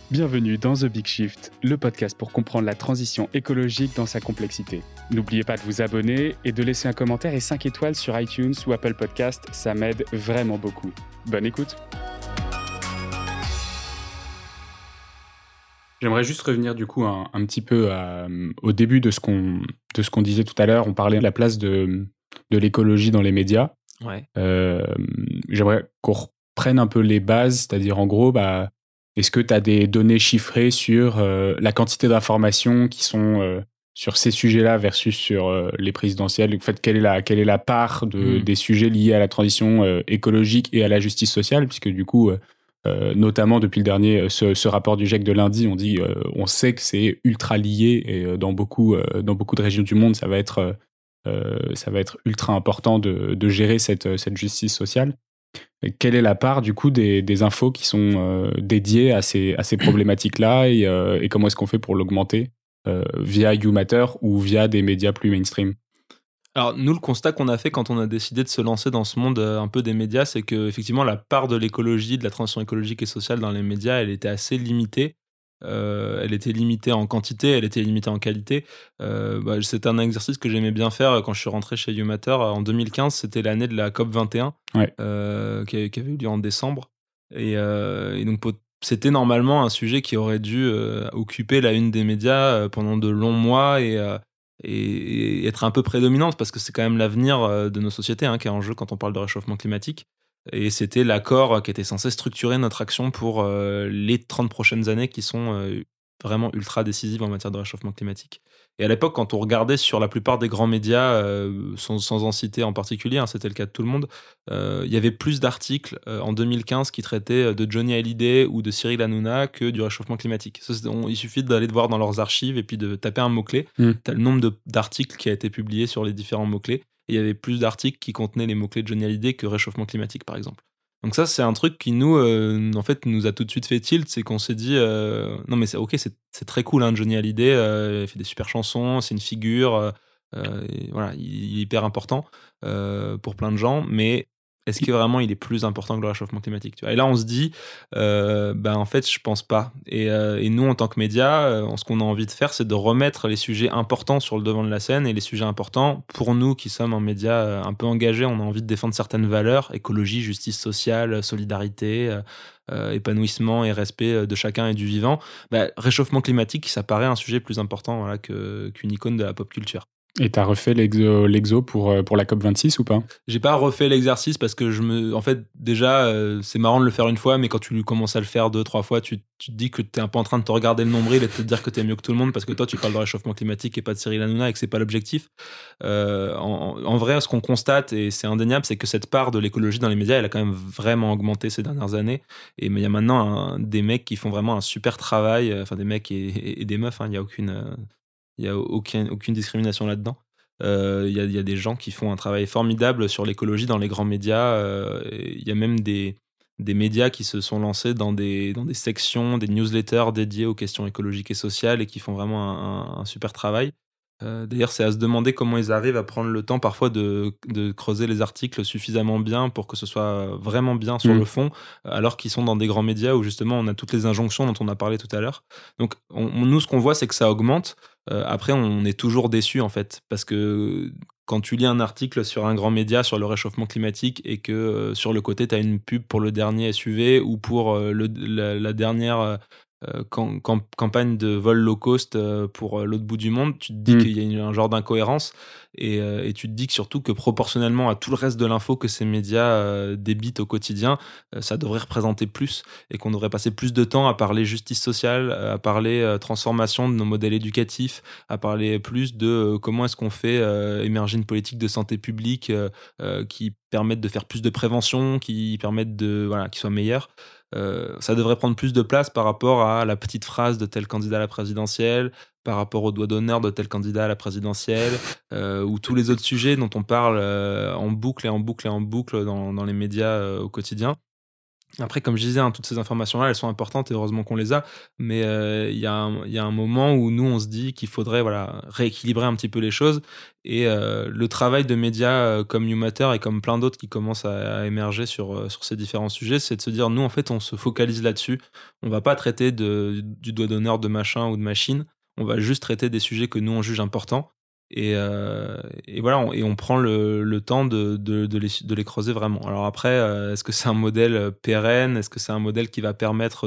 Bienvenue dans The Big Shift, le podcast pour comprendre la transition écologique dans sa complexité. N'oubliez pas de vous abonner et de laisser un commentaire et 5 étoiles sur iTunes ou Apple Podcast, ça m'aide vraiment beaucoup. Bonne écoute. J'aimerais juste revenir du coup un petit peu au début de ce qu'on disait tout à l'heure. On parlait de la place de l'écologie dans les médias. Ouais. J'aimerais qu'on reprenne un peu les bases, c'est-à-dire en gros, est-ce que tu as des données chiffrées sur la quantité d'informations qui sont sur ces sujets-là versus sur les présidentielles? En fait, quelle est la part des sujets liés à la transition écologique et à la justice sociale? Puisque du coup, notamment depuis le dernier, ce rapport du GIEC de lundi, on sait que c'est ultra lié et dans beaucoup de régions du monde, ça va être ultra important de gérer cette justice sociale. Quelle est la part du coup des infos qui sont dédiées à ces problématiques-là et comment est-ce qu'on fait pour l'augmenter via YouMatter ou via des médias plus mainstream? Alors nous, le constat qu'on a fait quand on a décidé de se lancer dans ce monde un peu des médias, c'est que effectivement la part de l'écologie, de la transition écologique et sociale dans les médias, elle était assez limitée. Elle était limitée en quantité, elle était limitée en qualité. C'est un exercice que j'aimais bien faire quand je suis rentré chez YouMatter. En 2015, c'était l'année de la COP 21, Ouais. qui avait eu lieu en décembre. Et donc, c'était normalement un sujet qui aurait dû occuper la une des médias pendant de longs mois et être un peu prédominante, parce que c'est quand même l'avenir de nos sociétés qui est en jeu quand on parle de réchauffement climatique. Et c'était l'accord qui était censé structurer notre action pour les 30 prochaines années qui sont vraiment ultra décisives en matière de réchauffement climatique. Et à l'époque, quand on regardait sur la plupart des grands médias, sans en citer en particulier, c'était le cas de tout le monde, il y avait plus d'articles en 2015 qui traitaient de Johnny Hallyday ou de Cyril Hanouna que du réchauffement climatique. Il suffit d'aller voir dans leurs archives et puis de taper un mot-clé. T'as le nombre d'articles qui a été publié sur les différents mots-clés. Et il y avait plus d'articles qui contenaient les mots-clés de Johnny Hallyday que réchauffement climatique, par exemple. Donc ça, c'est un truc qui nous a tout de suite fait tilt, c'est qu'on s'est dit non mais c'est très cool, Johnny Hallyday, il fait des super chansons, c'est une figure, et voilà, il est hyper important pour plein de gens, mais est-ce que vraiment il est plus important que le réchauffement climatique, tu vois? Et là, on se dit, en fait, je pense pas. Et nous, en tant que médias, ce qu'on a envie de faire, c'est de remettre les sujets importants sur le devant de la scène. Et les sujets importants, pour nous qui sommes un média un peu engagés, on a envie de défendre certaines valeurs: écologie, justice sociale, solidarité, épanouissement et respect de chacun et du vivant. Réchauffement climatique, ça paraît un sujet plus important, voilà, qu'une icône de la pop culture. Et t'as refait l'exo pour la COP26 ou pas? J'ai pas refait l'exercice parce que en fait, déjà, c'est marrant de le faire une fois, mais quand tu commences à le faire 2-3 fois, tu te dis que t'es un peu en train de te regarder le nombril et de te dire que t'es mieux que tout le monde parce que toi, tu parles de réchauffement climatique et pas de Cyril Hanouna et que c'est pas l'objectif. En vrai, ce qu'on constate, et c'est indéniable, c'est que cette part de l'écologie dans les médias, elle a quand même vraiment augmenté ces dernières années. Mais il y a maintenant des mecs qui font vraiment un super travail, des mecs et des meufs, il y a aucune discrimination là-dedans. Il y a des gens qui font un travail formidable sur l'écologie dans les grands médias. Il y a même des médias qui se sont lancés dans des sections, des newsletters dédiées aux questions écologiques et sociales et qui font vraiment un super travail. D'ailleurs, c'est à se demander comment ils arrivent à prendre le temps parfois de creuser les articles suffisamment bien pour que ce soit vraiment bien sur le fond, alors qu'ils sont dans des grands médias où justement on a toutes les injonctions dont on a parlé tout à l'heure. Donc nous, ce qu'on voit, c'est que ça augmente. Après, on est toujours déçu en fait, parce que quand tu lis un article sur un grand média sur le réchauffement climatique et que sur le côté tu as une pub pour le dernier SUV ou pour la dernière campagne de vol low cost pour l'autre bout du monde, tu te dis qu'il y a un genre d'incohérence et tu te dis que surtout que proportionnellement à tout le reste de l'info que ces médias débitent au quotidien, ça devrait représenter plus et qu'on devrait passer plus de temps à parler justice sociale, à parler transformation de nos modèles éducatifs, à parler plus de comment est-ce qu'on fait émerger une politique de santé publique qui permette de faire plus de prévention, qui permette qui soit meilleure. Ça devrait prendre plus de place par rapport à la petite phrase de tel candidat à la présidentielle, par rapport au doigt d'honneur de tel candidat à la présidentielle, ou tous les autres sujets dont on parle en boucle et en boucle et en boucle dans les médias au quotidien. Après, comme je disais, hein, toutes ces informations-là, elles sont importantes et heureusement qu'on les a. Mais il y a un moment où nous, on se dit qu'il faudrait rééquilibrer un petit peu les choses. Et le travail de médias comme You Matter et comme plein d'autres qui commencent à émerger sur ces différents sujets, c'est de se dire, nous, en fait, on se focalise là-dessus. On va pas traiter du doigt d'honneur de machin ou de machine. On va juste traiter des sujets que nous, on juge importants. Et voilà, on prend le temps de les creuser vraiment. Alors après, est-ce que c'est un modèle pérenne? Est-ce que c'est un modèle qui va permettre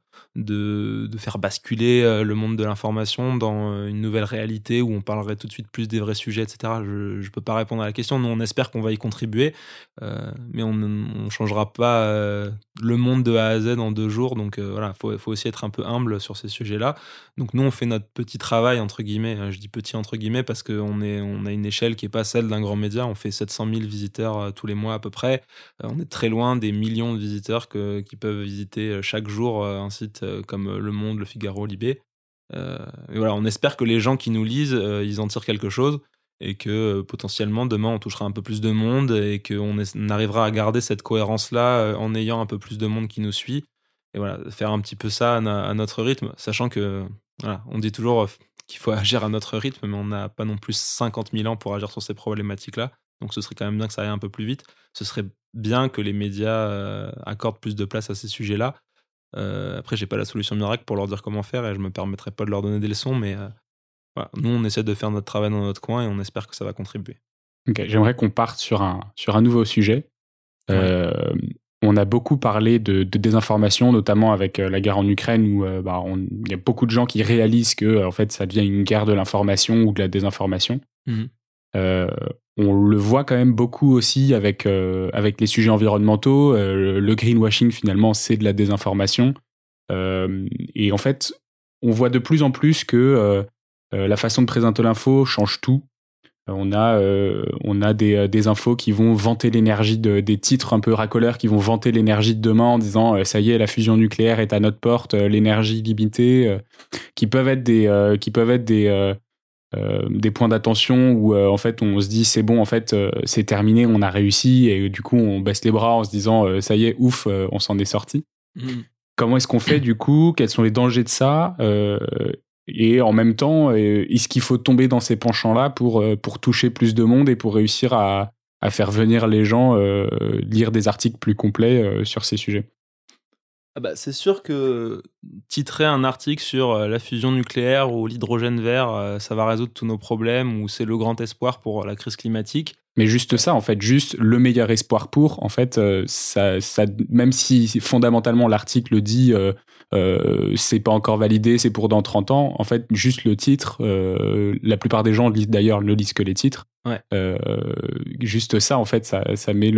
de faire basculer le monde de l'information dans une nouvelle réalité où on parlerait tout de suite plus des vrais sujets, etc. Je peux pas répondre à la question. Nous, on espère qu'on va y contribuer, mais on changera pas le monde de A à Z en 2 jours. Donc voilà, faut aussi être un peu humble sur ces sujets-là. Donc nous, on fait notre petit travail, entre guillemets. Je dis petit entre guillemets parce qu'on a une échelle qui n'est pas celle d'un grand média. On fait 700 000 visiteurs tous les mois à peu près. On est très loin des millions de visiteurs qui peuvent visiter chaque jour un site comme Le Monde, Le Figaro, Libé. Et voilà, on espère que les gens qui nous lisent, ils en tirent quelque chose et que potentiellement demain on touchera un peu plus de monde et qu'on arrivera à garder cette cohérence-là en ayant un peu plus de monde qui nous suit. Et voilà, faire un petit peu ça à notre rythme, sachant que voilà, on dit toujours qu'il faut agir à notre rythme, mais on n'a pas non plus 50 000 ans pour agir sur ces problématiques-là. Donc ce serait quand même bien que ça aille un peu plus vite. Ce serait bien que les médias accordent plus de place à ces sujets-là. Après, j'ai pas la solution miracle pour leur dire comment faire et je me permettrai pas de leur donner des leçons, mais voilà, nous, on essaie de faire notre travail dans notre coin et on espère que ça va contribuer. Ok, j'aimerais qu'on parte sur un nouveau sujet. Ouais. On a beaucoup parlé de désinformation, notamment avec la guerre en Ukraine, où il y a beaucoup de gens qui réalisent que en fait, ça devient une guerre de l'information ou de la désinformation. Mhm. On le voit quand même beaucoup aussi avec les sujets environnementaux. Le greenwashing, finalement, c'est de la désinformation. Et en fait, on voit de plus en plus que la façon de présenter l'info change tout. On a des infos qui vont vanter l'énergie des titres un peu racoleurs qui vont vanter l'énergie de demain en disant ça y est, la fusion nucléaire est à notre porte, l'énergie limitée, qui peuvent être des points d'attention où en fait on se dit c'est bon, en fait c'est terminé, on a réussi, et du coup on baisse les bras en se disant ça y est, ouf, on s'en est sorti. Comment est-ce qu'on fait du coup? Quels sont les dangers de ça? Et en même temps, est-ce qu'il faut tomber dans ces penchants-là pour toucher plus de monde et pour réussir à faire venir les gens lire des articles plus complets sur ces sujets? Ah bah, c'est sûr que titrer un article sur la fusion nucléaire ou l'hydrogène vert, ça va résoudre tous nos problèmes ou c'est le grand espoir pour la crise climatique. Mais juste ça, en fait, juste le meilleur espoir pour, en fait, ça, même si fondamentalement l'article dit c'est pas encore validé, c'est pour dans 30 ans, en fait, juste le titre, la plupart des gens d'ailleurs ne lisent que les titres. Ouais. Juste ça, en fait, ça met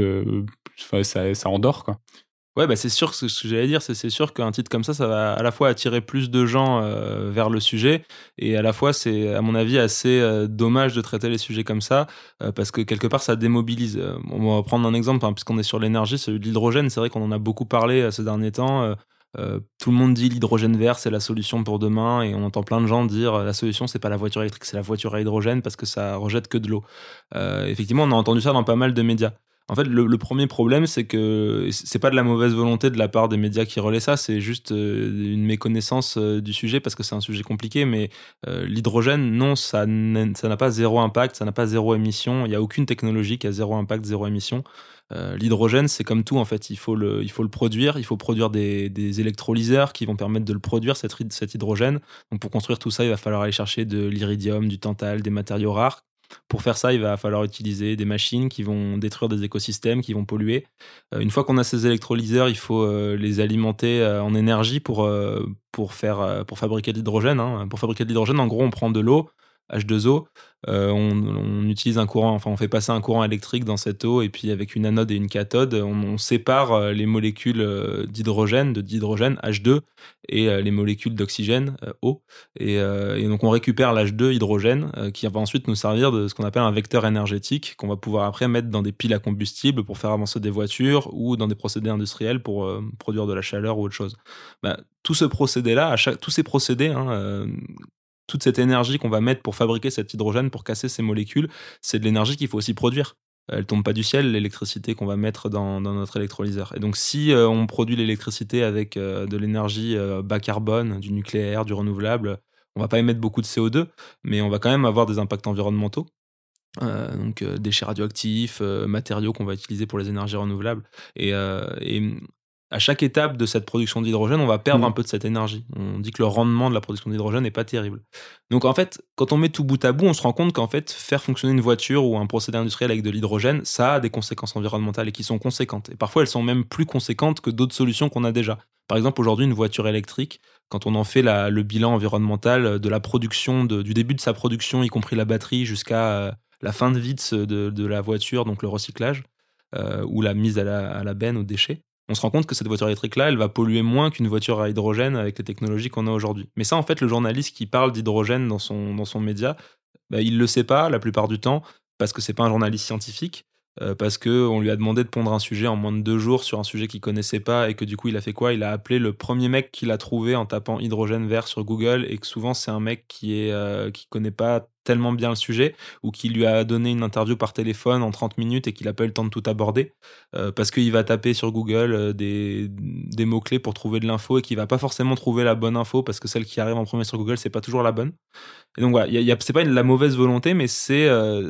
ça endort, quoi. Ouais, bah c'est sûr que ce que j'allais dire, c'est sûr qu'un titre comme ça va à la fois attirer plus de gens vers le sujet et à la fois c'est à mon avis assez dommage de traiter les sujets comme ça parce que quelque part ça démobilise. On va prendre un exemple puisqu'on est sur l'énergie, celui de l'hydrogène. C'est vrai qu'on en a beaucoup parlé ces derniers temps. Tout le monde dit l'hydrogène vert c'est la solution pour demain et on entend plein de gens dire la solution c'est pas la voiture électrique, c'est la voiture à hydrogène parce que ça rejette que de l'eau. Effectivement, on a entendu ça dans pas mal de médias. En fait, le premier problème, c'est que c'est pas de la mauvaise volonté de la part des médias qui relaient ça, c'est juste une méconnaissance du sujet parce que c'est un sujet compliqué. Mais l'hydrogène, non, ça n'a pas zéro impact, ça n'a pas zéro émission. Il n'y a aucune technologie qui a zéro impact, zéro émission. L'hydrogène, c'est comme tout en fait. Il faut le produire. Il faut produire des électrolyseurs qui vont permettre de le produire cet hydrogène. Donc pour construire tout ça, il va falloir aller chercher de l'iridium, du tantal, des matériaux rares. Pour faire ça, il va falloir utiliser des machines qui vont détruire des écosystèmes, qui vont polluer. Une fois qu'on a ces électrolyseurs, il faut les alimenter en énergie pour fabriquer de l'hydrogène. Pour fabriquer de l'hydrogène, en gros, on prend de l'eau, H2O, on utilise un courant, enfin on fait passer un courant électrique dans cette eau et puis avec une anode et une cathode, on sépare les molécules d'hydrogène, H2, et les molécules d'oxygène, O. Et donc on récupère l'H2 hydrogène qui va ensuite nous servir de ce qu'on appelle un vecteur énergétique qu'on va pouvoir après mettre dans des piles à combustible pour faire avancer des voitures ou dans des procédés industriels pour produire de la chaleur ou autre chose. Tout ce procédé-là, tous ces procédés, toute cette énergie qu'on va mettre pour fabriquer cet hydrogène, pour casser ces molécules, c'est de l'énergie qu'il faut aussi produire. elle tombe pas du ciel, l'électricité qu'on va mettre dans notre électrolyseur. Et donc, si on produit l'électricité avec de l'énergie bas carbone, du nucléaire, du renouvelable, on va pas émettre beaucoup de CO2, mais on va quand même avoir des impacts environnementaux. Donc déchets radioactifs, matériaux qu'on va utiliser pour les énergies renouvelables. Et à chaque étape de cette production d'hydrogène, on va perdre un peu de cette énergie. On dit que le rendement de la production d'hydrogène n'est pas terrible. Donc en fait, quand on met tout bout à bout, on se rend compte qu'en fait, faire fonctionner une voiture ou un procédé industriel avec de l'hydrogène, ça a des conséquences environnementales et qui sont conséquentes. Et parfois, elles sont même plus conséquentes que d'autres solutions qu'on a déjà. Par exemple, aujourd'hui, une voiture électrique, quand on en fait le bilan environnemental de la production, du début de sa production, y compris la batterie, jusqu'à la fin de vie de la voiture, donc le recyclage, ou la mise à la benne, aux déchets, on se rend compte que cette voiture électrique-là, elle va polluer moins qu'une voiture à hydrogène avec les technologies qu'on a aujourd'hui. Mais ça, en fait, le journaliste qui parle d'hydrogène dans son média, il le sait pas la plupart du temps, parce que c'est pas un journaliste scientifique, parce qu'on lui a demandé de pondre un sujet en moins de 2 jours sur un sujet qu'il connaissait pas, et que du coup, il a fait quoi? Il a appelé le premier mec qu'il a trouvé en tapant hydrogène vert sur Google, et que souvent, c'est un mec qui connaît pas tellement bien le sujet, ou qui lui a donné une interview par téléphone en 30 minutes et qu'il a pas eu le temps de tout aborder, parce qu'il va taper sur Google des mots-clés pour trouver de l'info, et qu'il va pas forcément trouver la bonne info, parce que celle qui arrive en premier sur Google, c'est pas toujours la bonne. Et donc voilà, c'est pas la mauvaise volonté, mais c'est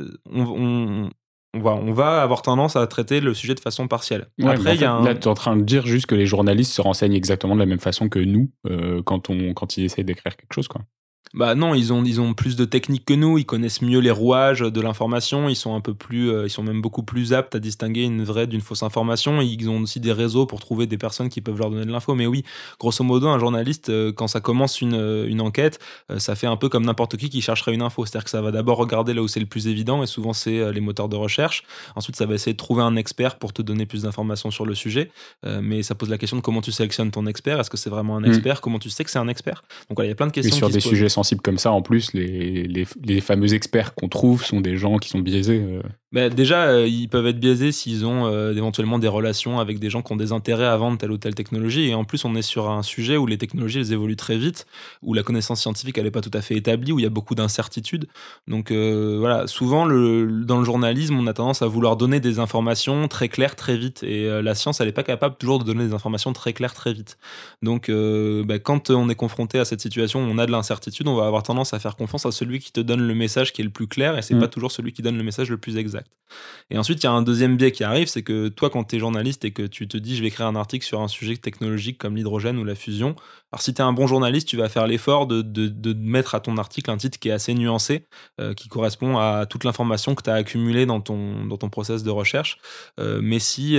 on va avoir tendance à traiter le sujet de façon partielle. Ouais, après, là, tu es en train de dire juste que les journalistes se renseignent exactement de la même façon que nous quand ils essayent d'écrire quelque chose, quoi. Bah non, ils ont plus de techniques que nous, ils connaissent mieux les rouages de l'information, ils sont ils sont même beaucoup plus aptes à distinguer une vraie d'une fausse information, ils ont aussi des réseaux pour trouver des personnes qui peuvent leur donner de l'info. Mais oui, grosso modo, un journaliste, quand ça commence une enquête, ça fait un peu comme n'importe qui chercherait une info, c'est-à-dire que ça va d'abord regarder là où c'est le plus évident, et souvent c'est les moteurs de recherche. Ensuite, ça va essayer de trouver un expert pour te donner plus d'informations sur le sujet, mais ça pose la question de comment tu sélectionnes ton expert. Est-ce que c'est vraiment un expert? Comment tu sais que c'est un expert? Donc voilà, il y a plein de questions. Et sur des sujets sensibles comme ça, en plus, les fameux experts qu'on trouve sont des gens qui sont biaisés. Déjà, ils peuvent être biaisés s'ils ont éventuellement des relations avec des gens qui ont des intérêts à vendre telle ou telle technologie. Et en plus, on est sur un sujet où les technologies, elles évoluent très vite, où la connaissance scientifique, elle n'est pas tout à fait établie, où il y a beaucoup d'incertitudes. Donc voilà, souvent, dans le journalisme, on a tendance à vouloir donner des informations très claires, très vite. Et la science, elle n'est pas capable toujours de donner des informations très claires, très vite. Donc quand on est confronté à cette situation où on a de l'incertitude, on va avoir tendance à faire confiance à celui qui te donne le message qui est le plus clair, et c'est pas toujours celui qui donne le message le plus exact. Et ensuite, il y a un deuxième biais qui arrive, c'est que toi, quand tu es journaliste et que tu te dis je vais écrire un article sur un sujet technologique comme l'hydrogène ou la fusion, alors si tu es un bon journaliste, tu vas faire l'effort de mettre à ton article un titre qui est assez nuancé, qui correspond à toute l'information que tu as accumulée dans ton process de recherche. Mais si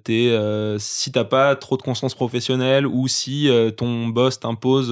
t'as pas trop de conscience professionnelle, ou si ton boss t'impose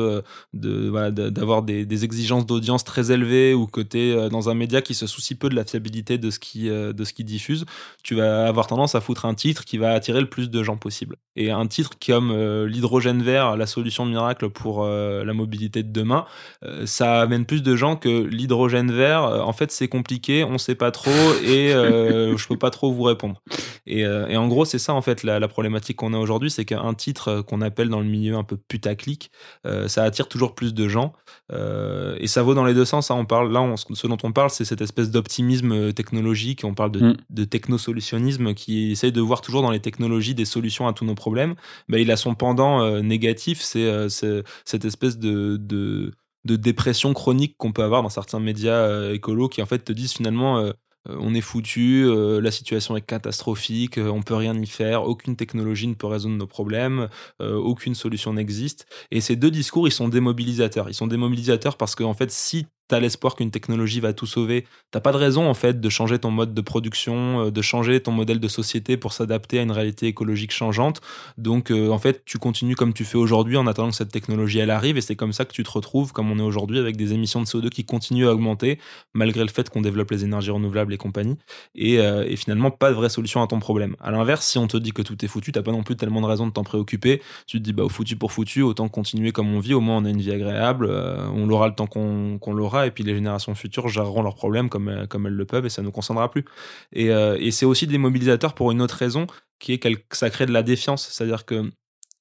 d'avoir des exigences d'audience très élevées, ou que tu es dans un média qui se soucie peu de la fiabilité de ce qui diffuse, tu vas avoir tendance à foutre un titre qui va attirer le plus de gens possible. Et un titre comme l'hydrogène vert, la solution miracle pour la mobilité de demain, ça amène plus de gens que l'hydrogène vert, en fait c'est compliqué, on sait pas trop, et je peux pas trop vous répondre. Et en gros, c'est ça en fait la problématique qu'on a aujourd'hui, c'est qu'un titre qu'on appelle dans le milieu un peu putaclic, ça attire toujours plus de gens, et ça vaut dans les deux sens. Hein. Ce dont on parle, c'est cette espèce d'optimisme technologique, on parle de technosolutionnisme, qui essaye de voir toujours dans les technologies des solutions à tous nos problèmes. Il a son pendant négatif, c'est cette espèce de dépression chronique qu'on peut avoir dans certains médias écolos, qui en fait te disent finalement on est foutu, la situation est catastrophique, on peut rien y faire, aucune technologie ne peut résoudre nos problèmes, aucune solution n'existe. Et ces deux discours, ils sont démobilisateurs. Ils sont démobilisateurs parce que en fait, si t'as l'espoir qu'une technologie va tout sauver, t'as pas de raison en fait de changer ton mode de production, de changer ton modèle de société pour s'adapter à une réalité écologique changeante. Donc en fait, tu continues comme tu fais aujourd'hui en attendant que cette technologie elle arrive, et c'est comme ça que tu te retrouves comme on est aujourd'hui, avec des émissions de CO2 qui continuent à augmenter malgré le fait qu'on développe les énergies renouvelables et compagnie, et finalement pas de vraie solution à ton problème. À l'inverse, si on te dit que tout est foutu, t'as pas non plus tellement de raison de t'en préoccuper. Tu te dis au foutu pour foutu, autant continuer comme on vit, au moins on a une vie agréable, on l'aura le temps qu'on l'aura, et puis les générations futures géreront leurs problèmes comme elles le peuvent, et ça ne nous concernera plus. Et c'est aussi des mobilisateurs pour une autre raison, qui est que ça crée de la défiance. C'est-à-dire que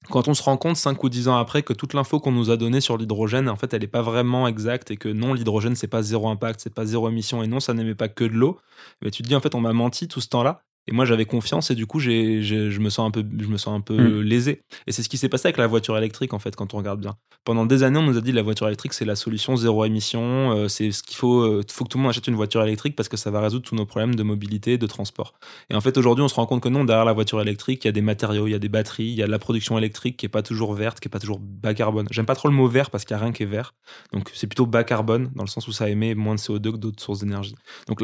quand on se rend compte 5 ou 10 ans après que toute l'info qu'on nous a donnée sur l'hydrogène, en fait, elle n'est pas vraiment exacte et que non, l'hydrogène, c'est pas zéro impact, c'est pas zéro émission et non, ça n'émet pas que de l'eau, mais tu te dis, en fait, on m'a menti tout ce temps-là. Et moi, j'avais confiance et du coup, je me sens un peu lésé. Et c'est ce qui s'est passé avec la voiture électrique, en fait, quand on regarde bien. Pendant des années, on nous a dit la voiture électrique, c'est la solution zéro émission. C'est ce qu'il faut que tout le monde achète une voiture électrique parce que ça va résoudre tous nos problèmes de mobilité, de transport. Et en fait, aujourd'hui, on se rend compte que non, derrière la voiture électrique, il y a des matériaux, il y a des batteries, il y a de la production électrique qui est pas toujours verte, qui est pas toujours bas carbone. J'aime pas trop le mot vert parce qu'il y a rien qui est vert. Donc, c'est plutôt bas carbone dans le sens où ça émet moins de CO2 que d'autres sources d'énergie. Donc,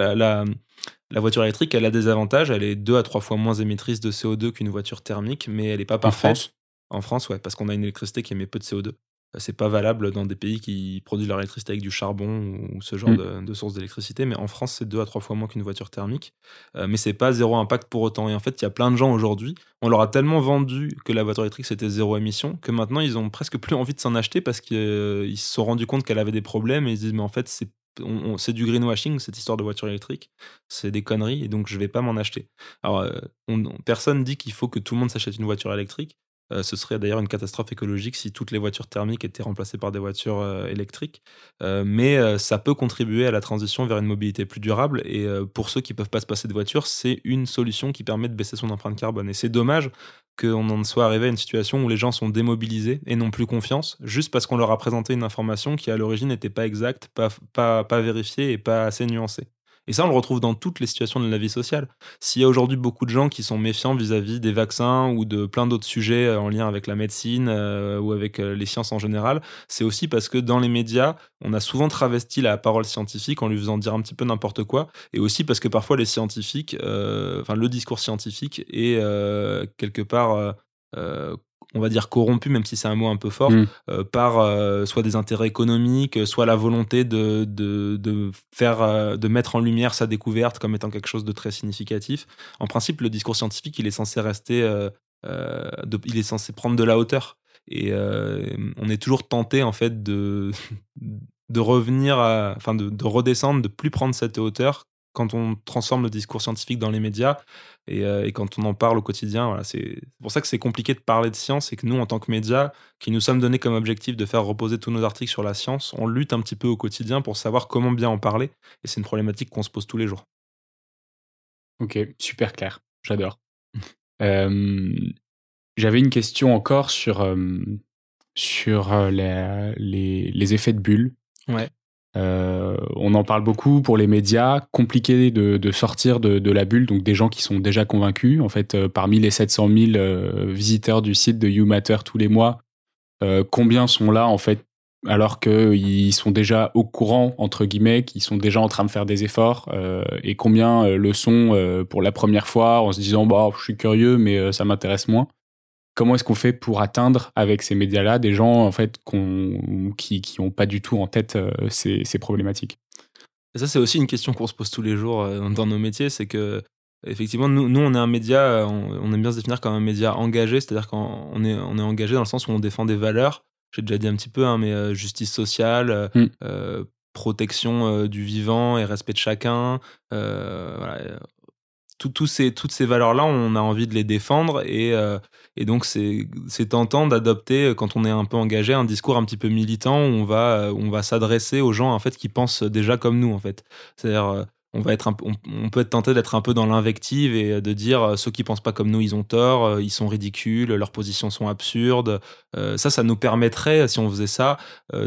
la voiture électrique, elle a des avantages. Elle est 2 à 3 fois moins émettrice de CO2 qu'une voiture thermique, mais elle n'est pas parfaite. En France? En France, ouais, parce qu'on a une électricité qui émet peu de CO2. C'est pas valable dans des pays qui produisent leur électricité avec du charbon ou ce genre de source d'électricité, mais en France, c'est 2 à 3 fois moins qu'une voiture thermique. Mais c'est pas zéro impact pour autant. Et en fait, il y a plein de gens aujourd'hui, on leur a tellement vendu que la voiture électrique c'était zéro émission que maintenant ils ont presque plus envie de s'en acheter parce qu'ils se sont rendus compte qu'elle avait des problèmes et ils se disent mais en fait c'est du greenwashing cette histoire de voiture électrique, c'est des conneries et donc je vais pas m'en acheter. Alors personne dit qu'il faut que tout le monde s'achète une voiture électrique. Ce serait d'ailleurs une catastrophe écologique si toutes les voitures thermiques étaient remplacées par des voitures électriques. Mais ça peut contribuer à la transition vers une mobilité plus durable. Et pour ceux qui ne peuvent pas se passer de voiture, c'est une solution qui permet de baisser son empreinte carbone. Et c'est dommage qu'on en soit arrivé à une situation où les gens sont démobilisés et n'ont plus confiance, juste parce qu'on leur a présenté une information qui à l'origine n'était pas exacte, pas vérifiée et pas assez nuancée. Et ça, on le retrouve dans toutes les situations de la vie sociale. S'il y a aujourd'hui beaucoup de gens qui sont méfiants vis-à-vis des vaccins ou de plein d'autres sujets en lien avec la médecine ou avec les sciences en général, c'est aussi parce que dans les médias, on a souvent travesti la parole scientifique en lui faisant dire un petit peu n'importe quoi, et aussi parce que parfois les scientifiques, le discours scientifique est quelque part on va dire corrompu, même si c'est un mot un peu fort, par soit des intérêts économiques, soit la volonté de faire, de mettre en lumière sa découverte comme étant quelque chose de très significatif. En principe, le discours scientifique, il est censé rester, il est censé prendre de la hauteur. Et on est toujours tenté en fait de revenir, de redescendre, de plus prendre cette hauteur quand on transforme le discours scientifique dans les médias et quand on en parle au quotidien. Voilà, c'est pour ça que c'est compliqué de parler de science et que nous, en tant que médias, qui nous sommes donnés comme objectif de faire reposer tous nos articles sur la science, on lutte un petit peu au quotidien pour savoir comment bien en parler. Et c'est une problématique qu'on se pose tous les jours. Ok, super clair, j'adore. J'avais une question encore sur les effets de bulle. Ouais. On en parle beaucoup pour les médias, compliqué de sortir de la bulle, donc des gens qui sont déjà convaincus. En fait, parmi les 700 000 visiteurs du site de YouMatter tous les mois, combien sont là en fait alors qu'ils sont déjà au courant, entre guillemets, qu'ils sont déjà en train de faire des efforts, et combien le sont pour la première fois en se disant bah, je suis curieux mais ça m'intéresse moins. Comment est-ce qu'on fait pour atteindre avec ces médias-là des gens en fait qui n'ont pas du tout en tête ces problématiques? Et ça, c'est aussi une question qu'on se pose tous les jours dans nos métiers, c'est que effectivement, nous on est un média, on aime bien se définir comme un média engagé, c'est-à-dire qu'on est engagé dans le sens où on défend des valeurs. J'ai déjà dit un petit peu, hein, mais justice sociale, protection du vivant et respect de chacun. Voilà, toutes ces valeurs-là, on a envie de les défendre et donc c'est tentant d'adopter, quand on est un peu engagé, un discours un petit peu militant où on va s'adresser aux gens en fait qui pensent déjà comme nous en fait. C'est-à-dire on peut être tenté d'être un peu dans l'invective et de dire ceux qui pensent pas comme nous ils ont tort, ils sont ridicules, leurs positions sont absurdes. Ça nous permettrait, si on faisait ça,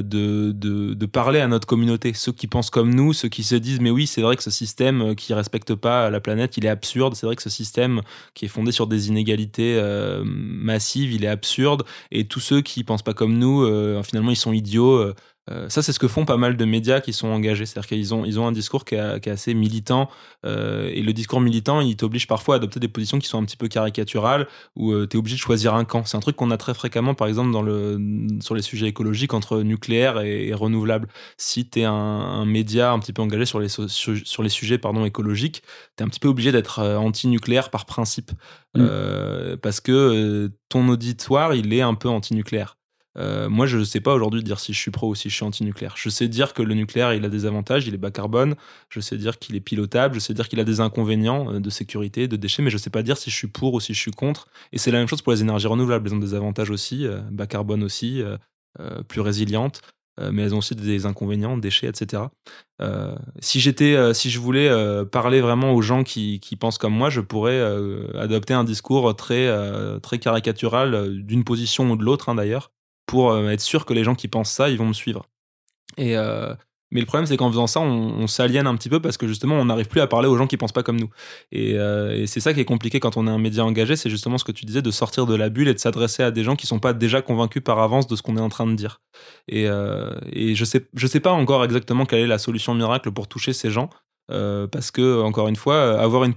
de parler à notre communauté, ceux qui pensent comme nous, ceux qui se disent mais oui c'est vrai que ce système qui respecte pas la planète il est absurde, c'est vrai que ce système qui est fondé sur des inégalités massives il est absurde, et tous ceux qui pensent pas comme nous finalement ils sont idiots. Ça, c'est ce que font pas mal de médias qui sont engagés. C'est-à-dire qu'ils ont un discours qui est assez militant. Et le discours militant, il t'oblige parfois à adopter des positions qui sont un petit peu caricaturales, où tu es obligé de choisir un camp. C'est un truc qu'on a très fréquemment, par exemple, sur les sujets écologiques, entre nucléaire et renouvelable. Si tu es un média un petit peu engagé sur les sujets écologiques, tu es un petit peu obligé d'être anti-nucléaire par principe. Parce que ton auditoire, il est un peu anti-nucléaire. Moi, je sais pas aujourd'hui dire si je suis pro ou si je suis anti-nucléaire. Je sais dire que le nucléaire, il a des avantages, il est bas carbone. Je sais dire qu'il est pilotable. Je sais dire qu'il a des inconvénients de sécurité, de déchets, mais je sais pas dire si je suis pour ou si je suis contre. Et c'est la même chose pour les énergies renouvelables. Elles ont des avantages aussi, bas carbone aussi, plus résilientes. Mais elles ont aussi des inconvénients, déchets, etc. Si je voulais parler vraiment aux gens qui pensent comme moi, je pourrais adopter un discours très caricatural d'une position ou de l'autre, hein, d'ailleurs, pour être sûr que les gens qui pensent ça, ils vont me suivre. Et, mais le problème, c'est qu'en faisant ça, on s'aliène un petit peu parce que justement, on n'arrive plus à parler aux gens qui pensent pas comme nous. Et c'est ça qui est compliqué quand on est un média engagé, c'est justement ce que tu disais, de sortir de la bulle et de s'adresser à des gens qui sont pas déjà convaincus par avance de ce qu'on est en train de dire. Et je sais pas encore exactement quelle est la solution miracle pour toucher ces gens. Parce que, encore une fois,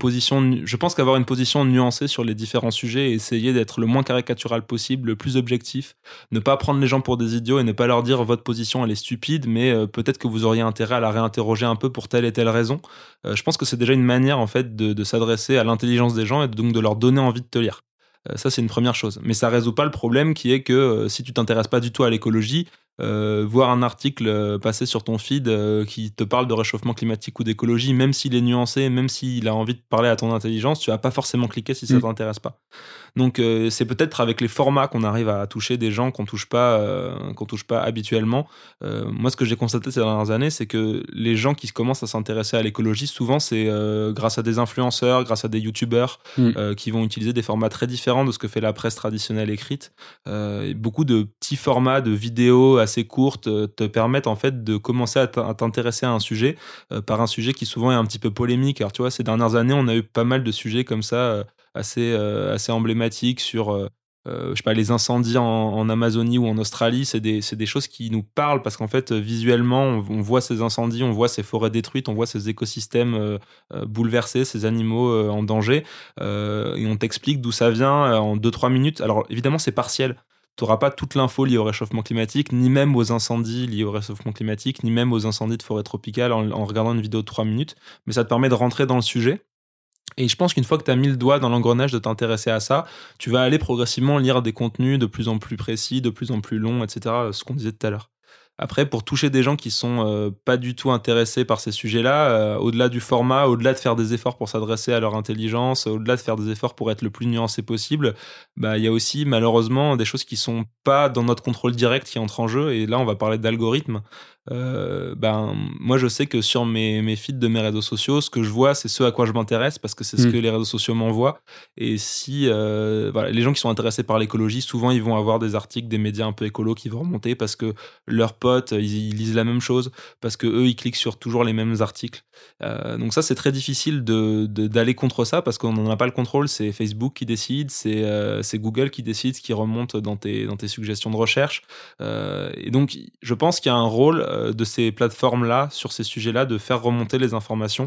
je pense qu'avoir une position nuancée sur les différents sujets et essayer d'être le moins caricatural possible, le plus objectif, ne pas prendre les gens pour des idiots et ne pas leur dire votre position elle est stupide, mais peut-être que vous auriez intérêt à la réinterroger un peu pour telle et telle raison. Je pense que c'est déjà une manière en fait de s'adresser à l'intelligence des gens et donc de leur donner envie de te lire. Ça, c'est une première chose. Mais ça résout pas le problème qui est que si tu t'intéresses pas du tout à l'écologie, voir un article passer sur ton feed qui te parle de réchauffement climatique ou d'écologie, même s'il est nuancé, même s'il a envie de parler à ton intelligence, tu vas pas forcément cliquer si ça t'intéresse pas. Donc c'est peut-être avec les formats qu'on arrive à toucher des gens qu'on touche pas habituellement. Moi, ce que j'ai constaté ces dernières années, c'est que les gens qui commencent à s'intéresser à l'écologie, souvent c'est grâce à des influenceurs, grâce à des youtubeurs qui vont utiliser des formats très différents de ce que fait la presse traditionnelle écrite. Beaucoup de petits formats de vidéos assez courtes te permettent en fait de commencer à t'intéresser à un sujet par un sujet qui souvent est un petit peu polémique. Alors tu vois, ces dernières années, on a eu pas mal de sujets comme ça assez emblématiques sur je sais pas, les incendies en Amazonie ou en Australie. C'est des choses qui nous parlent parce qu'en fait visuellement on voit ces incendies, on voit ces forêts détruites, on voit ces écosystèmes bouleversés, ces animaux en danger, et on t'explique d'où ça vient en 2-3 minutes. Alors évidemment c'est partiel. Tu n'auras pas toute l'info liée au réchauffement climatique, ni même aux incendies liés au réchauffement climatique, ni même aux incendies de forêt tropicale en regardant une vidéo de 3 minutes, mais ça te permet de rentrer dans le sujet. Et je pense qu'une fois que tu as mis le doigt dans l'engrenage de t'intéresser à ça, tu vas aller progressivement lire des contenus de plus en plus précis, de plus en plus longs, etc., ce qu'on disait tout à l'heure. Après, pour toucher des gens qui sont pas du tout intéressés par ces sujets-là, au-delà du format, au-delà de faire des efforts pour s'adresser à leur intelligence, au-delà de faire des efforts pour être le plus nuancé possible, bah il y a aussi malheureusement des choses qui sont pas dans notre contrôle direct qui entrent en jeu. Et là, on va parler d'algorithmes. Moi, je sais que sur mes feeds de mes réseaux sociaux, ce que je vois, c'est ce à quoi je m'intéresse parce que c'est ce que les réseaux sociaux m'envoient. Et si voilà, les gens qui sont intéressés par l'écologie, souvent ils vont avoir des articles des médias un peu écolos qui vont remonter parce que leurs potes ils lisent la même chose, parce que eux ils cliquent sur toujours les mêmes articles. Donc ça, c'est très difficile d'aller contre ça parce qu'on n'en a pas le contrôle. C'est Facebook qui décide, c'est Google qui décide ce qui remonte dans tes suggestions de recherche. Et donc, je pense qu'il y a un rôle de ces plateformes-là, sur ces sujets-là, de faire remonter les informations.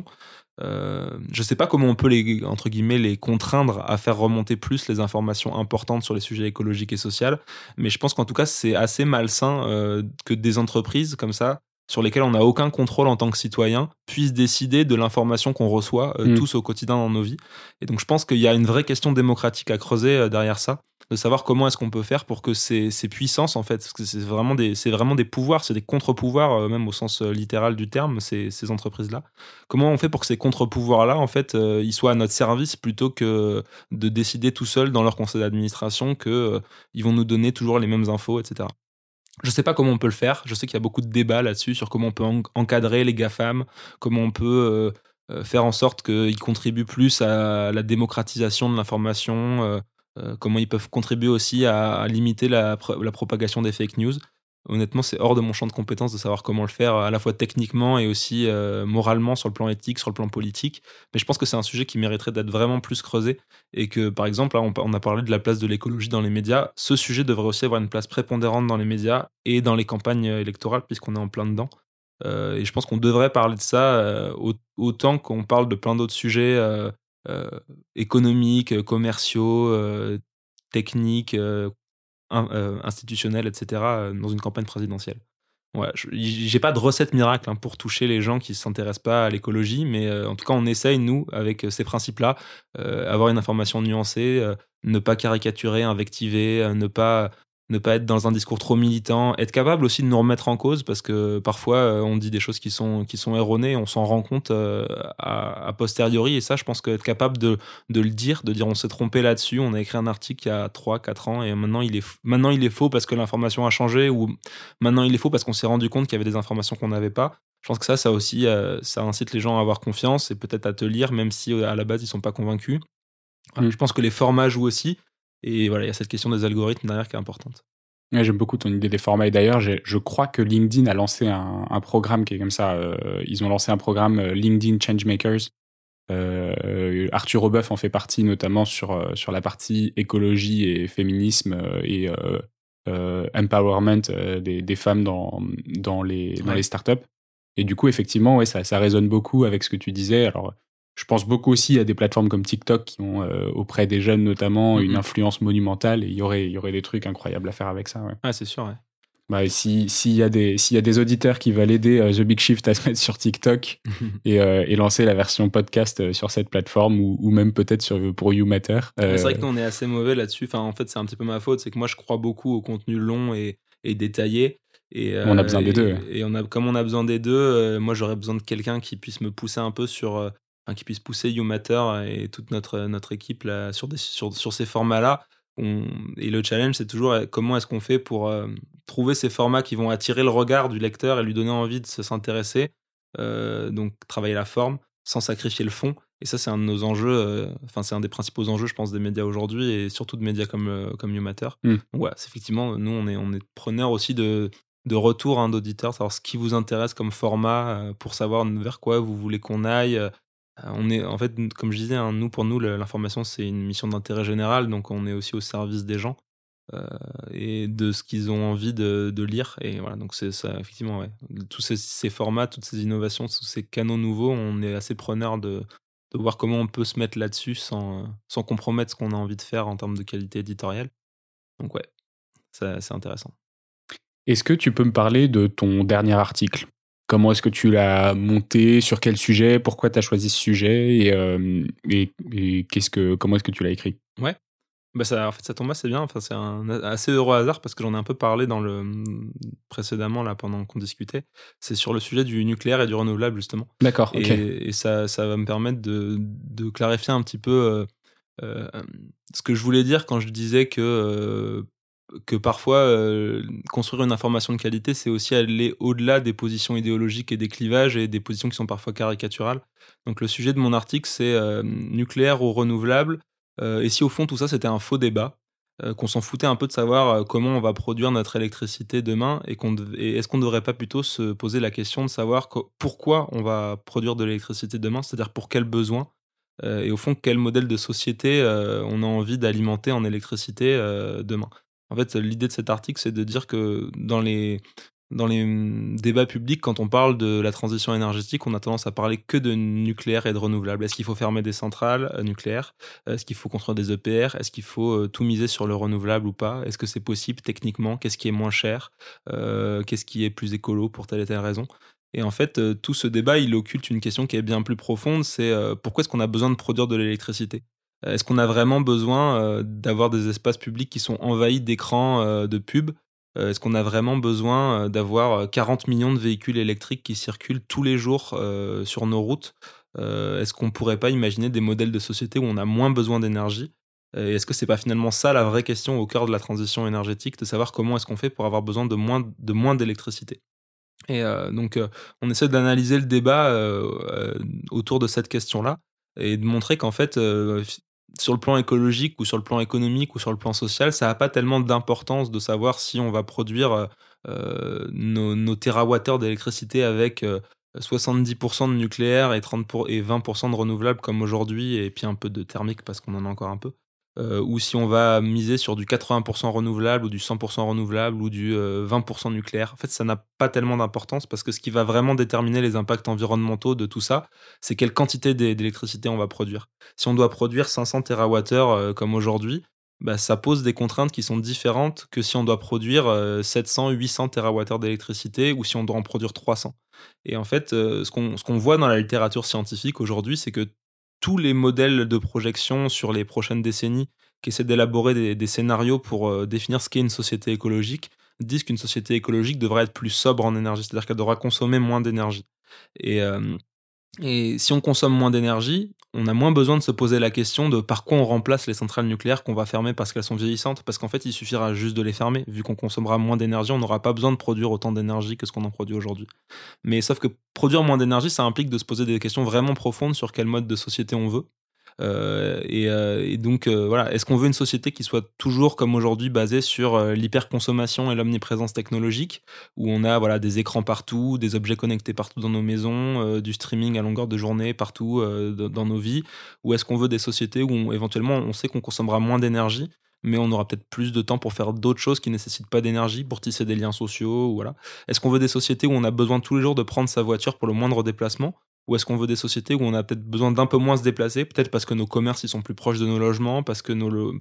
Je sais pas comment on peut entre guillemets, les contraindre à faire remonter plus les informations importantes sur les sujets écologiques et sociaux, mais je pense qu'en tout cas, c'est assez malsain que des entreprises comme ça, sur lesquelles on n'a aucun contrôle en tant que citoyen, puissent décider de l'information qu'on reçoit tous au quotidien dans nos vies. Et donc je pense qu'il y a une vraie question démocratique à creuser derrière ça, de savoir comment est-ce qu'on peut faire pour que ces puissances, en fait, parce que c'est vraiment des pouvoirs, c'est des contre-pouvoirs, même au sens littéral du terme, ces entreprises-là. Comment on fait pour que ces contre-pouvoirs-là, en fait, ils soient à notre service plutôt que de décider tout seul dans leur conseil d'administration que ils vont nous donner toujours les mêmes infos, etc. Je sais pas comment on peut le faire. Je sais qu'il y a beaucoup de débats là-dessus sur comment on peut encadrer les GAFAM, comment on peut faire en sorte qu'ils contribuent plus à la démocratisation de l'information, comment ils peuvent contribuer aussi à limiter la propagation des fake news. Honnêtement, c'est hors de mon champ de compétences de savoir comment le faire, à la fois techniquement et aussi moralement, sur le plan éthique, sur le plan politique. Mais je pense que c'est un sujet qui mériterait d'être vraiment plus creusé et que, par exemple, là, on a parlé de la place de l'écologie dans les médias. Ce sujet devrait aussi avoir une place prépondérante dans les médias et dans les campagnes électorales, puisqu'on est en plein dedans. Et je pense qu'on devrait parler de ça autant qu'on parle de plein d'autres sujets économiques, commerciaux, techniques, institutionnelle, etc., dans une campagne présidentielle. Ouais, j'ai pas de recette miracle pour toucher les gens qui s'intéressent pas à l'écologie, mais en tout cas, on essaye, nous, avec ces principes-là, avoir une information nuancée, ne pas caricaturer, invectiver, ne pas ne pas être dans un discours trop militant, être capable aussi de nous remettre en cause parce que parfois on dit des choses qui sont erronées, on s'en rend compte a posteriori, et ça je pense qu'être capable de le dire, de dire on s'est trompé là-dessus, on a écrit un article il y a 3-4 ans et maintenant il est faux parce que l'information a changé, ou maintenant il est faux parce qu'on s'est rendu compte qu'il y avait des informations qu'on n'avait pas. Je pense que ça aussi, ça incite les gens à avoir confiance et peut-être à te lire même si à la base ils sont pas convaincus. Je pense que les formats jouent aussi. Et voilà, il y a cette question des algorithmes derrière qui est importante. Ouais, j'aime beaucoup ton idée des formats. Et d'ailleurs, je crois que LinkedIn a lancé un programme qui est comme ça. Ils ont lancé un programme LinkedIn Changemakers. Arthur Obeuf en fait partie, notamment sur la partie écologie et féminisme et empowerment des femmes dans les startups. Et du coup, effectivement, ouais, ça résonne beaucoup avec ce que tu disais. Alors, je pense beaucoup aussi à des plateformes comme TikTok qui ont, auprès des jeunes notamment, une influence monumentale, et il y aurait des trucs incroyables à faire avec ça. Ouais. Ah, c'est sûr, ouais. Bah, s'il y a des auditeurs qui veulent aider The Big Shift à se mettre sur TikTok et lancer la version podcast sur cette plateforme, ou même peut-être pour You Matter. C'est vrai que nous, on est assez mauvais là-dessus. Enfin, en fait, c'est un petit peu ma faute. C'est que moi, je crois beaucoup au contenu long et détaillé. Et, on a besoin des deux. Et comme on a besoin des deux, moi, j'aurais besoin de quelqu'un qui puisse me pousser un peu qui puisse pousser You Matter et toute notre équipe là, sur ces formats-là. Et le challenge, c'est toujours comment est-ce qu'on fait pour trouver ces formats qui vont attirer le regard du lecteur et lui donner envie de s'intéresser. Donc, travailler la forme sans sacrifier le fond. Et ça, c'est un de nos enjeux. C'est un des principaux enjeux, je pense, des médias aujourd'hui, et surtout de médias comme You Matter. Donc, ouais, effectivement, nous, on est preneurs aussi de retour d'auditeurs, savoir ce qui vous intéresse comme format, pour savoir vers quoi vous voulez qu'on aille. On est, en fait, comme je disais, pour nous, l'information, c'est une mission d'intérêt général, donc on est aussi au service des gens et de ce qu'ils ont envie de lire. Et voilà, donc c'est ça, effectivement, ouais. Tous ces formats, toutes ces innovations, tous ces canaux nouveaux, on est assez preneurs de voir comment on peut se mettre là-dessus sans compromettre ce qu'on a envie de faire en termes de qualité éditoriale. Donc ouais, c'est intéressant. Est-ce que tu peux me parler de ton dernier article ? Comment est-ce que tu l'as monté ? Sur quel sujet ? Pourquoi tu as choisi ce sujet ? Et comment est-ce que tu l'as écrit ? Ouais. Bah en fait, ça tombe assez bien. Enfin, c'est un assez heureux hasard parce que j'en ai un peu parlé précédemment là, pendant qu'on discutait. C'est sur le sujet du nucléaire et du renouvelable, justement. D'accord, ok. Et ça va me permettre de clarifier un petit peu ce que je voulais dire quand je disais que parfois, construire une information de qualité, c'est aussi aller au-delà des positions idéologiques et des clivages et des positions qui sont parfois caricaturales. Donc le sujet de mon article, c'est nucléaire ou renouvelable, et si au fond tout ça c'était un faux débat, qu'on s'en foutait un peu de savoir comment on va produire notre électricité demain, et est-ce qu'on ne devrait pas plutôt se poser la question de savoir pourquoi on va produire de l'électricité demain, c'est-à-dire pour quels besoins, et au fond quel modèle de société on a envie d'alimenter en électricité demain. En fait, l'idée de cet article, c'est de dire que dans les débats publics, quand on parle de la transition énergétique, on a tendance à parler que de nucléaire et de renouvelable. Est-ce qu'il faut fermer des centrales nucléaires ? Est-ce qu'il faut construire des EPR ? Est-ce qu'il faut tout miser sur le renouvelable ou pas ? Est-ce que c'est possible techniquement ? Qu'est-ce qui est moins cher ? Qu'est-ce qui est plus écolo pour telle et telle raison ? Et en fait, tout ce débat, il occulte une question qui est bien plus profonde, c'est pourquoi est-ce qu'on a besoin de produire de l'électricité ? Est-ce qu'on a vraiment besoin d'avoir des espaces publics qui sont envahis d'écrans de pub ? Est-ce qu'on a vraiment besoin d'avoir 40 millions de véhicules électriques qui circulent tous les jours sur nos routes ? Est-ce qu'on ne pourrait pas imaginer des modèles de société où on a moins besoin d'énergie ? Est-ce que c'est pas finalement ça la vraie question au cœur de la transition énergétique, de savoir comment est-ce qu'on fait pour avoir besoin de moins d'électricité ? Et donc, on essaie d'analyser le débat autour de cette question-là et de montrer qu'en fait, sur le plan écologique ou sur le plan économique ou sur le plan social, ça n'a pas tellement d'importance de savoir si on va produire nos térawattheures d'électricité avec 70% de nucléaire et 20% de renouvelable comme aujourd'hui, et puis un peu de thermique parce qu'on en a encore un peu. Ou si on va miser sur du 80% renouvelable ou du 100% renouvelable ou du 20% nucléaire. En fait, ça n'a pas tellement d'importance parce que ce qui va vraiment déterminer les impacts environnementaux de tout ça, c'est quelle quantité d'électricité on va produire. Si on doit produire 500 TWh comme aujourd'hui, bah, ça pose des contraintes qui sont différentes que si on doit produire 700, 800 TWh d'électricité ou si on doit en produire 300. Et en fait, ce qu'on voit dans la littérature scientifique aujourd'hui, c'est que tous les modèles de projection sur les prochaines décennies qui essaient d'élaborer des scénarios pour définir ce qu'est une société écologique, disent qu'une société écologique devrait être plus sobre en énergie, c'est-à-dire qu'elle devra consommer moins d'énergie. Et si on consomme moins d'énergie, on a moins besoin de se poser la question de par quoi on remplace les centrales nucléaires qu'on va fermer parce qu'elles sont vieillissantes. Parce qu'en fait, il suffira juste de les fermer. Vu qu'on consommera moins d'énergie, on n'aura pas besoin de produire autant d'énergie que ce qu'on en produit aujourd'hui. Mais sauf que produire moins d'énergie, ça implique de se poser des questions vraiment profondes sur quel mode de société on veut. Et donc, voilà, est-ce qu'on veut une société qui soit toujours comme aujourd'hui basée sur l'hyperconsommation et l'omniprésence technologique, où on a voilà, des écrans partout, des objets connectés partout dans nos maisons, du streaming à longueur de journée partout dans nos vies, ou est-ce qu'on veut des sociétés où éventuellement on sait qu'on consommera moins d'énergie, mais on aura peut-être plus de temps pour faire d'autres choses qui ne nécessitent pas d'énergie, pour tisser des liens sociaux, voilà. Est-ce qu'on veut des sociétés où on a besoin tous les jours de prendre sa voiture pour le moindre déplacement, ou est-ce qu'on veut des sociétés où on a peut-être besoin d'un peu moins se déplacer, peut-être parce que nos commerces ils sont plus proches de nos logements, parce que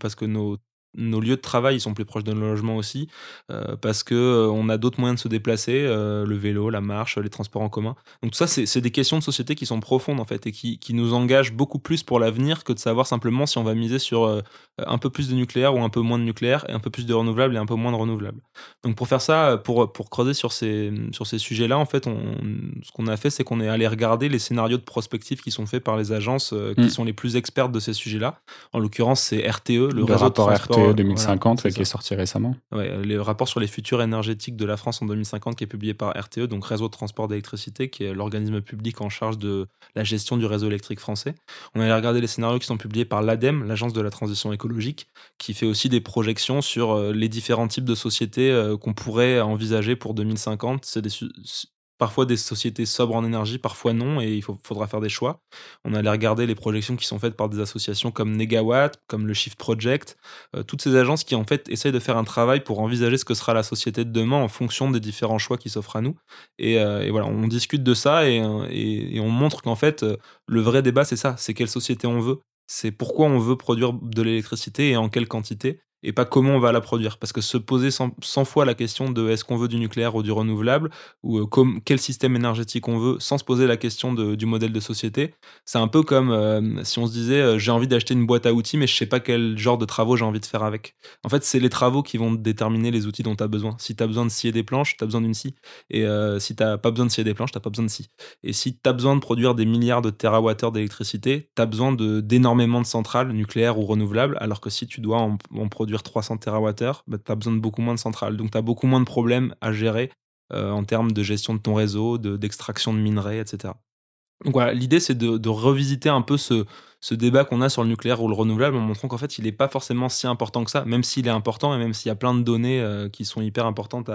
nos lieux de travail ils sont plus proches de nos logements aussi, parce que on a d'autres moyens de se déplacer, le vélo, la marche, les transports en commun. Donc tout ça, c'est des questions de société qui sont profondes en fait et qui nous engagent beaucoup plus pour l'avenir que de savoir simplement si on va miser sur un peu plus de nucléaire ou un peu moins de nucléaire, et un peu plus de renouvelables et un peu moins de renouvelables. Donc pour faire ça, pour creuser sur ces sujets-là, en fait, ce qu'on a fait, c'est qu'on est allé regarder les scénarios de prospective qui sont faits par les agences qui sont les plus expertes de ces sujets-là. En l'occurrence, c'est RTE, le réseau de transport 2050 voilà, qui est sorti récemment. Ouais, le rapport sur les futurs énergétiques de la France en 2050 qui est publié par RTE, donc Réseau de transport d'électricité, qui est l'organisme public en charge de la gestion du réseau électrique français. On allait regarder les scénarios qui sont publiés par l'ADEME, l'Agence de la transition écologique, qui fait aussi des projections sur les différents types de sociétés qu'on pourrait envisager pour 2050. C'est parfois des sociétés sobres en énergie, parfois non, et il faudra faire des choix. On allait regarder les projections qui sont faites par des associations comme Negawatt, comme le Shift Project, toutes ces agences qui en fait essayent de faire un travail pour envisager ce que sera la société de demain en fonction des différents choix qui s'offrent à nous. Et voilà, on discute de ça et on montre qu'en fait, le vrai débat c'est ça, c'est quelle société on veut, c'est pourquoi on veut produire de l'électricité et en quelle quantité, et pas comment on va la produire. Parce que se poser 100 fois la question de est-ce qu'on veut du nucléaire ou du renouvelable, ou quel système énergétique on veut, sans se poser la question du modèle de société, c'est un peu comme si on se disait j'ai envie d'acheter une boîte à outils, mais je sais pas quel genre de travaux j'ai envie de faire avec. En fait, c'est les travaux qui vont déterminer les outils dont tu as besoin. Si tu as besoin de scier des planches, tu as besoin d'une scie. Et si tu n'as pas besoin de scier des planches, tu n'as pas besoin de scie. Et si tu as besoin de produire des milliards de térawattheures d'électricité, tu as besoin d'énormément de centrales nucléaires ou renouvelables, alors que si tu dois en produire 300 TWh, bah, tu as besoin de beaucoup moins de centrales. Donc tu as beaucoup moins de problèmes à gérer en termes de gestion de ton réseau, d'extraction de minerais, etc. Donc voilà, l'idée c'est de revisiter un peu ce débat qu'on a sur le nucléaire ou le renouvelable en montrant qu'en fait il n'est pas forcément si important que ça, même s'il est important et même s'il y a plein de données qui sont hyper importantes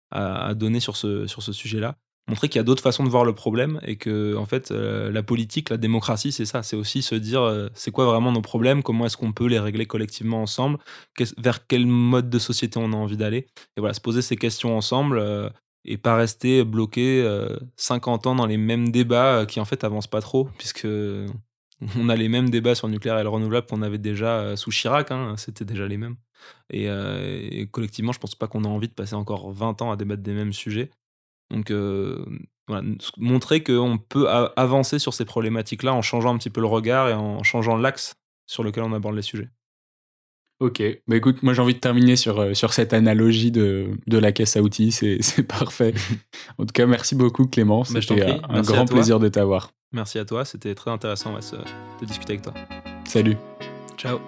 à donner sur ce sujet-là. Montrer qu'il y a d'autres façons de voir le problème et que en fait la politique, la démocratie, c'est ça, c'est aussi se dire c'est quoi vraiment nos problèmes, comment est-ce qu'on peut les régler collectivement ensemble, vers quel mode de société on a envie d'aller, et voilà, se poser ces questions ensemble et pas rester bloqué 50 ans dans les mêmes débats qui en fait avancent pas trop, puisque on a les mêmes débats sur le nucléaire et le renouvelable qu'on avait déjà sous Chirac, hein, c'était déjà les mêmes, et collectivement je pense pas qu'on a envie de passer encore 20 ans à débattre des mêmes sujets. Donc voilà, montrer qu'on peut avancer sur ces problématiques-là en changeant un petit peu le regard et en changeant l'axe sur lequel on aborde les sujets. Ok, bah écoute, moi j'ai envie de terminer sur cette analogie de la caisse à outils, c'est parfait. En tout cas, merci beaucoup Clément, c'était un grand plaisir de t'avoir. Merci à toi, c'était très intéressant de discuter avec toi. Salut. Ciao.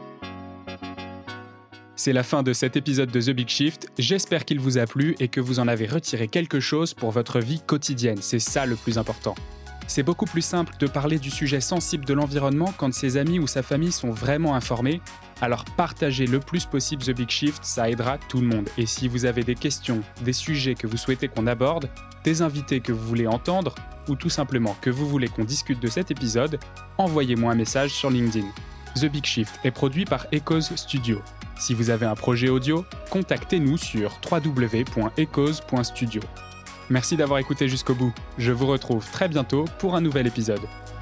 C'est la fin de cet épisode de The Big Shift. J'espère qu'il vous a plu et que vous en avez retiré quelque chose pour votre vie quotidienne. C'est ça le plus important. C'est beaucoup plus simple de parler du sujet sensible de l'environnement quand ses amis ou sa famille sont vraiment informés. Alors partagez le plus possible The Big Shift, ça aidera tout le monde. Et si vous avez des questions, des sujets que vous souhaitez qu'on aborde, des invités que vous voulez entendre, ou tout simplement que vous voulez qu'on discute de cet épisode, envoyez-moi un message sur LinkedIn. The Big Shift est produit par Echoes Studio. Si vous avez un projet audio, contactez-nous sur www.echoes.studio. Merci d'avoir écouté jusqu'au bout. Je vous retrouve très bientôt pour un nouvel épisode.